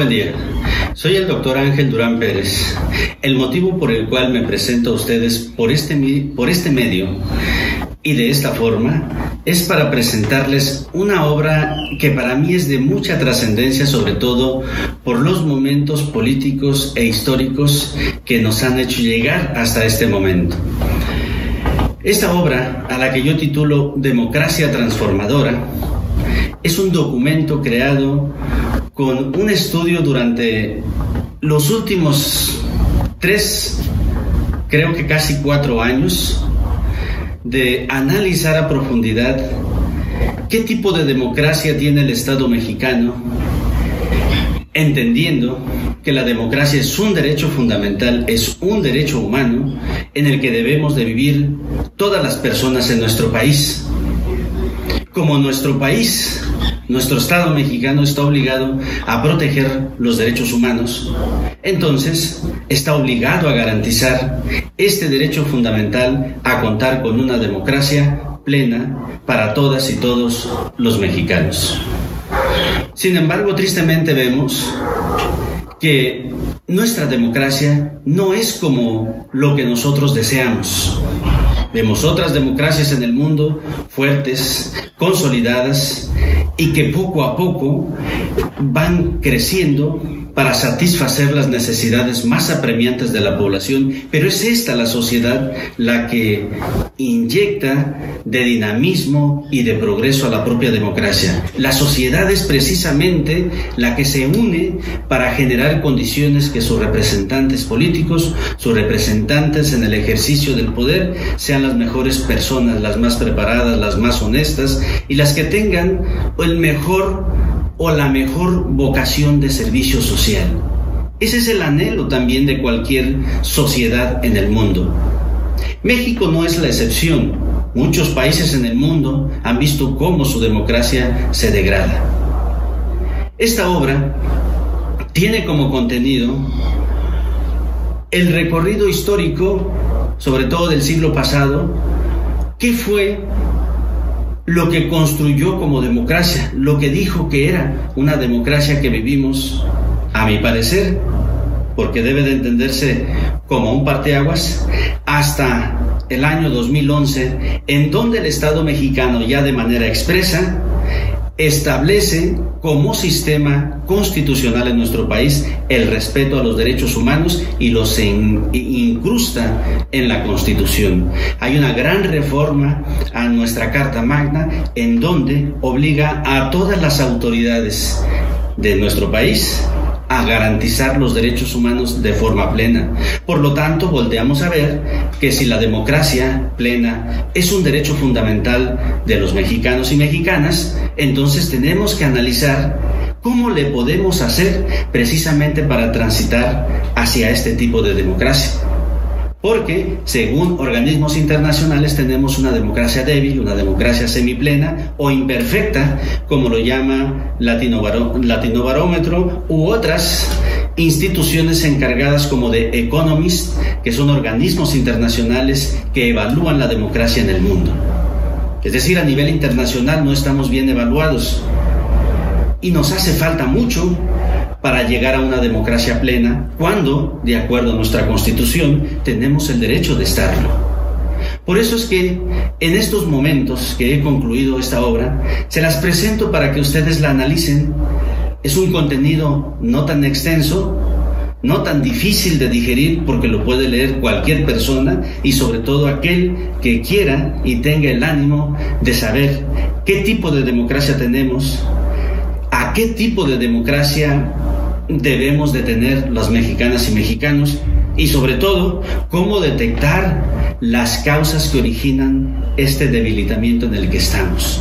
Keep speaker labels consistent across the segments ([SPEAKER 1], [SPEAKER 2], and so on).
[SPEAKER 1] buen día. Soy el doctor Ángel Durán Pérez. El motivo por el cual me presento a ustedes por este medio y de esta forma es para presentarles una obra que para mí es de mucha trascendencia, sobre todo por los momentos políticos e históricos que nos han hecho llegar hasta este momento. Esta obra, a la que yo titulo Democracia Transformadora, es un documento creado con un estudio durante los últimos 3, creo que casi 4 años, de analizar a profundidad qué tipo de democracia tiene el Estado mexicano, entendiendo que la democracia es un derecho fundamental, es un derecho humano en el que debemos de vivir todas las personas en nuestro país. Como nuestro país, nuestro Estado mexicano está obligado a proteger los derechos humanos, entonces está obligado a garantizar este derecho fundamental a contar con una democracia plena para todas y todos los mexicanos. Sin embargo, tristemente vemos que nuestra democracia no es como lo que nosotros deseamos. Vemos otras democracias en el mundo fuertes, consolidadas y que poco a poco van creciendo para satisfacer las necesidades más apremiantes de la población, pero es esta la sociedad la que inyecta de dinamismo y de progreso a la propia democracia. La sociedad es precisamente la que se une para generar condiciones que sus representantes políticos, sus representantes en el ejercicio del poder, sean las mejores personas, las más preparadas, las más honestas y las que tengan el mejor o la mejor vocación de servicio social. Ese es el anhelo también de cualquier sociedad en el mundo. México no es la excepción. Muchos países en el mundo han visto cómo su democracia se degrada. Esta obra tiene como contenido el recorrido histórico, sobre todo del siglo pasado, qué fue lo que construyó como democracia, lo que dijo que era una democracia que vivimos, a mi parecer, porque debe de entenderse como un parteaguas, hasta el año 2011, en donde el Estado mexicano ya de manera expresa establece como sistema constitucional en nuestro país el respeto a los derechos humanos y los incrusta en la Constitución. Hay una gran reforma a nuestra Carta Magna en donde obliga a todas las autoridades de nuestro país a garantizar los derechos humanos de forma plena. Por lo tanto, volteamos a ver que si la democracia plena es un derecho fundamental de los mexicanos y mexicanas, entonces tenemos que analizar cómo le podemos hacer precisamente para transitar hacia este tipo de democracia. Porque, según organismos internacionales, tenemos una democracia débil, una democracia semiplena o imperfecta, como lo llama Latinobarómetro u otras instituciones encargadas como de Economist, que son organismos internacionales que evalúan la democracia en el mundo. Es decir, a nivel internacional no estamos bien evaluados y nos hace falta mucho para llegar a una democracia plena, cuando, de acuerdo a nuestra Constitución, tenemos el derecho de estarlo. Por eso es que en estos momentos que he concluido esta obra, se las presento para que ustedes la analicen. Es un contenido no tan extenso, no tan difícil de digerir, porque lo puede leer cualquier persona y sobre todo aquel que quiera y tenga el ánimo de saber qué tipo de democracia tenemos, a qué tipo de democracia debemos de tener las mexicanas y mexicanos y sobre todo cómo detectar las causas que originan este debilitamiento en el que estamos.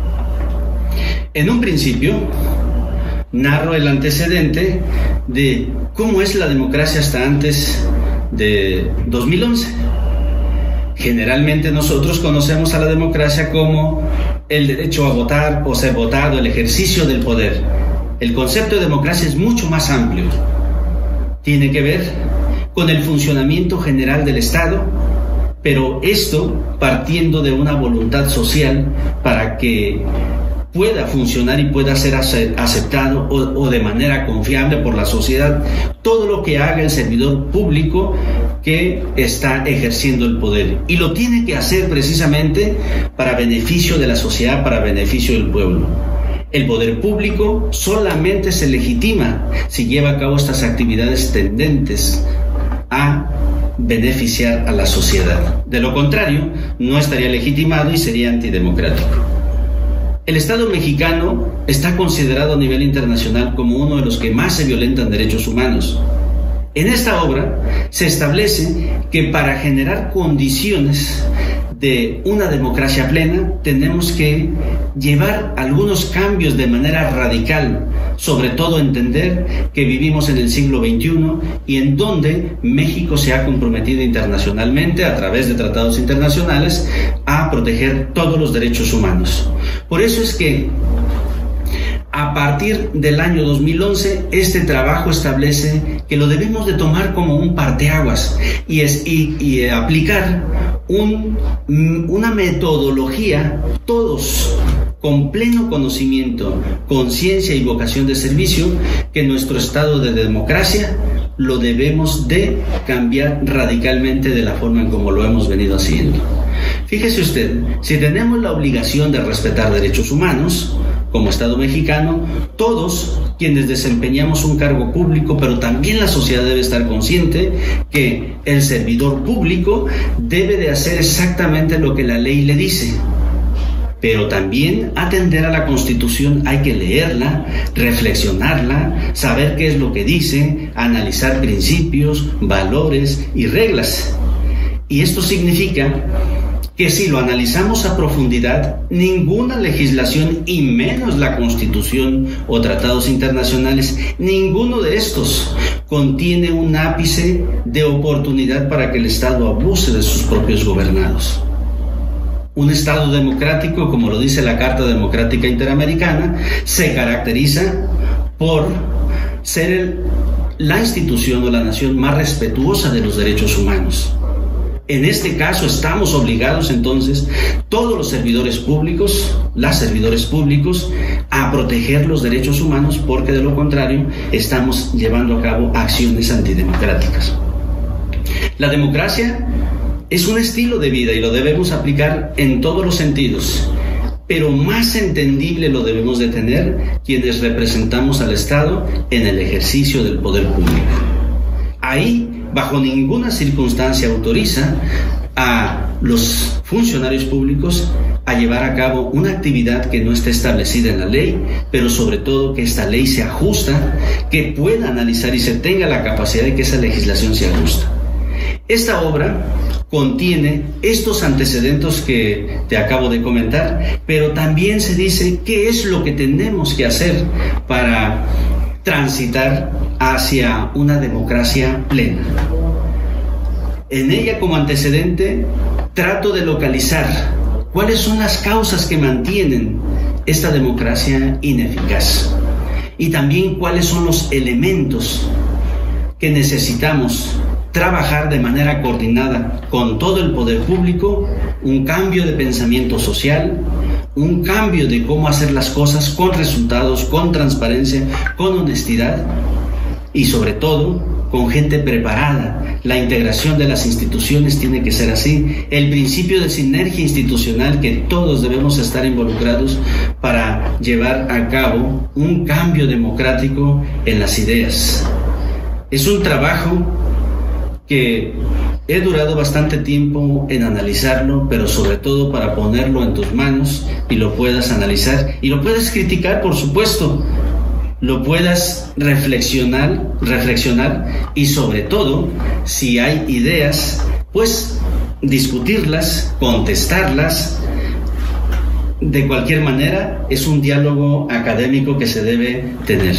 [SPEAKER 1] En un principio narro el antecedente de cómo es la democracia hasta antes de 2011. Generalmente nosotros conocemos a la democracia como el derecho a votar o ser votado, el ejercicio del poder. El concepto de democracia es mucho más amplio. Tiene que ver con el funcionamiento general del Estado, pero esto partiendo de una voluntad social para que pueda funcionar y pueda ser aceptado o de manera confiable por la sociedad todo lo que haga el servidor público que está ejerciendo el poder, y lo tiene que hacer precisamente para beneficio de la sociedad, para beneficio del pueblo. El poder público solamente se legitima si lleva a cabo estas actividades tendentes a beneficiar a la sociedad. De lo contrario, no estaría legitimado y sería antidemocrático. El Estado mexicano está considerado a nivel internacional como uno de los que más se violentan derechos humanos. En esta obra se establece que para generar condiciones de una democracia plena tenemos que llevar algunos cambios de manera radical, sobre todo entender que vivimos en el siglo XXI y en donde México se ha comprometido internacionalmente a través de tratados internacionales a proteger todos los derechos humanos. Por eso es que a partir del año 2011, este trabajo establece que lo debemos de tomar como un parteaguas y aplicar una metodología, todos con pleno conocimiento, conciencia y vocación de servicio, que nuestro estado de democracia lo debemos de cambiar radicalmente de la forma en como lo hemos venido haciendo. Fíjese usted, si tenemos la obligación de respetar derechos humanos, como Estado mexicano, todos quienes desempeñamos un cargo público, pero también la sociedad debe estar consciente que el servidor público debe de hacer exactamente lo que la ley le dice. Pero también atender a la Constitución hay que leerla, reflexionarla, saber qué es lo que dice, analizar principios, valores y reglas. Y esto significa que si lo analizamos a profundidad, ninguna legislación, y menos la Constitución o tratados internacionales, ninguno de estos contiene un ápice de oportunidad para que el Estado abuse de sus propios gobernados. Un Estado democrático, como lo dice la Carta Democrática Interamericana, se caracteriza por ser la institución o la nación más respetuosa de los derechos humanos. En este caso estamos obligados entonces, todos los servidores públicos, a proteger los derechos humanos, porque de lo contrario estamos llevando a cabo acciones antidemocráticas. La democracia es un estilo de vida y lo debemos aplicar en todos los sentidos, pero más entendible lo debemos de tener quienes representamos al Estado en el ejercicio del poder público. Ahí, bajo ninguna circunstancia autoriza a los funcionarios públicos a llevar a cabo una actividad que no esté establecida en la ley, pero sobre todo que esta ley se ajusta, que pueda analizar y se tenga la capacidad de que esa legislación se ajusta. Esta obra contiene estos antecedentes que te acabo de comentar, pero también se dice qué es lo que tenemos que hacer para transitar hacia una democracia plena. En ella, como antecedente, trato de localizar cuáles son las causas que mantienen esta democracia ineficaz y también cuáles son los elementos que necesitamos trabajar de manera coordinada con todo el poder público, un cambio de pensamiento social, un cambio de cómo hacer las cosas con resultados, con transparencia, con honestidad y sobre todo con gente preparada. La integración de las instituciones tiene que ser así. El principio de sinergia institucional, que todos debemos estar involucrados para llevar a cabo un cambio democrático en las ideas. Es un trabajo que he durado bastante tiempo en analizarlo, pero sobre todo para ponerlo en tus manos y lo puedas analizar y lo puedas criticar, por supuesto, lo puedas reflexionar y sobre todo, si hay ideas, pues discutirlas, contestarlas. De cualquier manera, es un diálogo académico que se debe tener.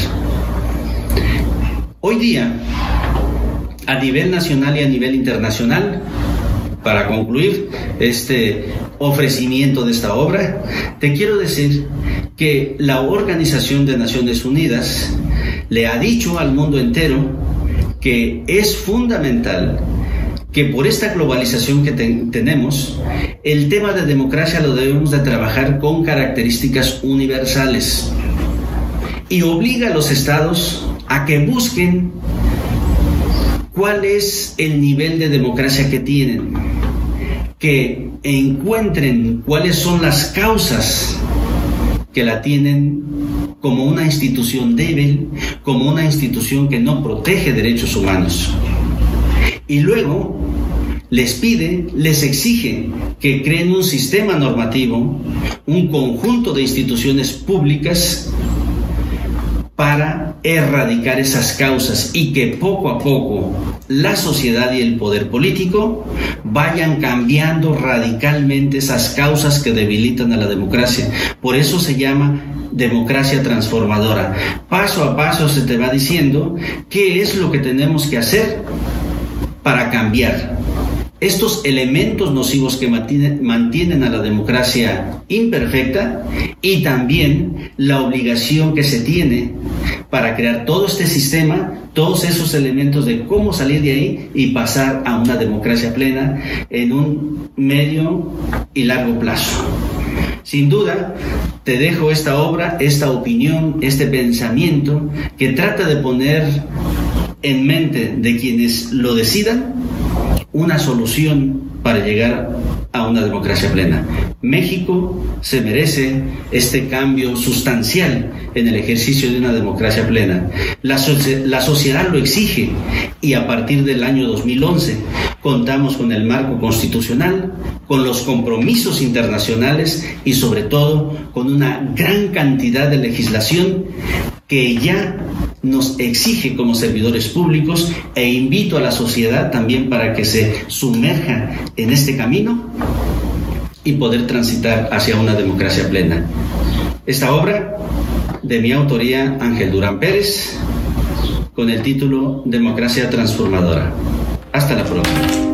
[SPEAKER 1] Hoy día, a nivel nacional y a nivel internacional, para concluir este ofrecimiento de esta obra, te quiero decir que la Organización de Naciones Unidas le ha dicho al mundo entero que es fundamental que por esta globalización que tenemos, el tema de democracia lo debemos de trabajar con características universales y obliga a los estados a que busquen cuál es el nivel de democracia que tienen, que encuentren cuáles son las causas que la tienen como una institución débil, como una institución que no protege derechos humanos. Y luego les pide, les exige que creen un sistema normativo, un conjunto de instituciones públicas para erradicar esas causas y que poco a poco la sociedad y el poder político vayan cambiando radicalmente esas causas que debilitan a la democracia. Por eso se llama democracia transformadora. Paso a paso se te va diciendo qué es lo que tenemos que hacer para cambiar estos elementos nocivos que mantienen a la democracia imperfecta, y también la obligación que se tiene para crear todo este sistema, todos esos elementos de cómo salir de ahí y pasar a una democracia plena en un medio y largo plazo. Sin duda, te dejo esta obra, esta opinión, este pensamiento que trata de poner en mente de quienes lo decidan una solución para llegar a una democracia plena. México se merece este cambio sustancial en el ejercicio de una democracia plena. La sociedad lo exige, y a partir del año 2011 contamos con el marco constitucional, con los compromisos internacionales y sobre todo con una gran cantidad de legislación que ya nos exige como servidores públicos, e invito a la sociedad también para que se sumerja en este camino y poder transitar hacia una democracia plena. Esta obra, de mi autoría, Ángel Durán Pérez, con el título Democracia Transformadora. Hasta la próxima.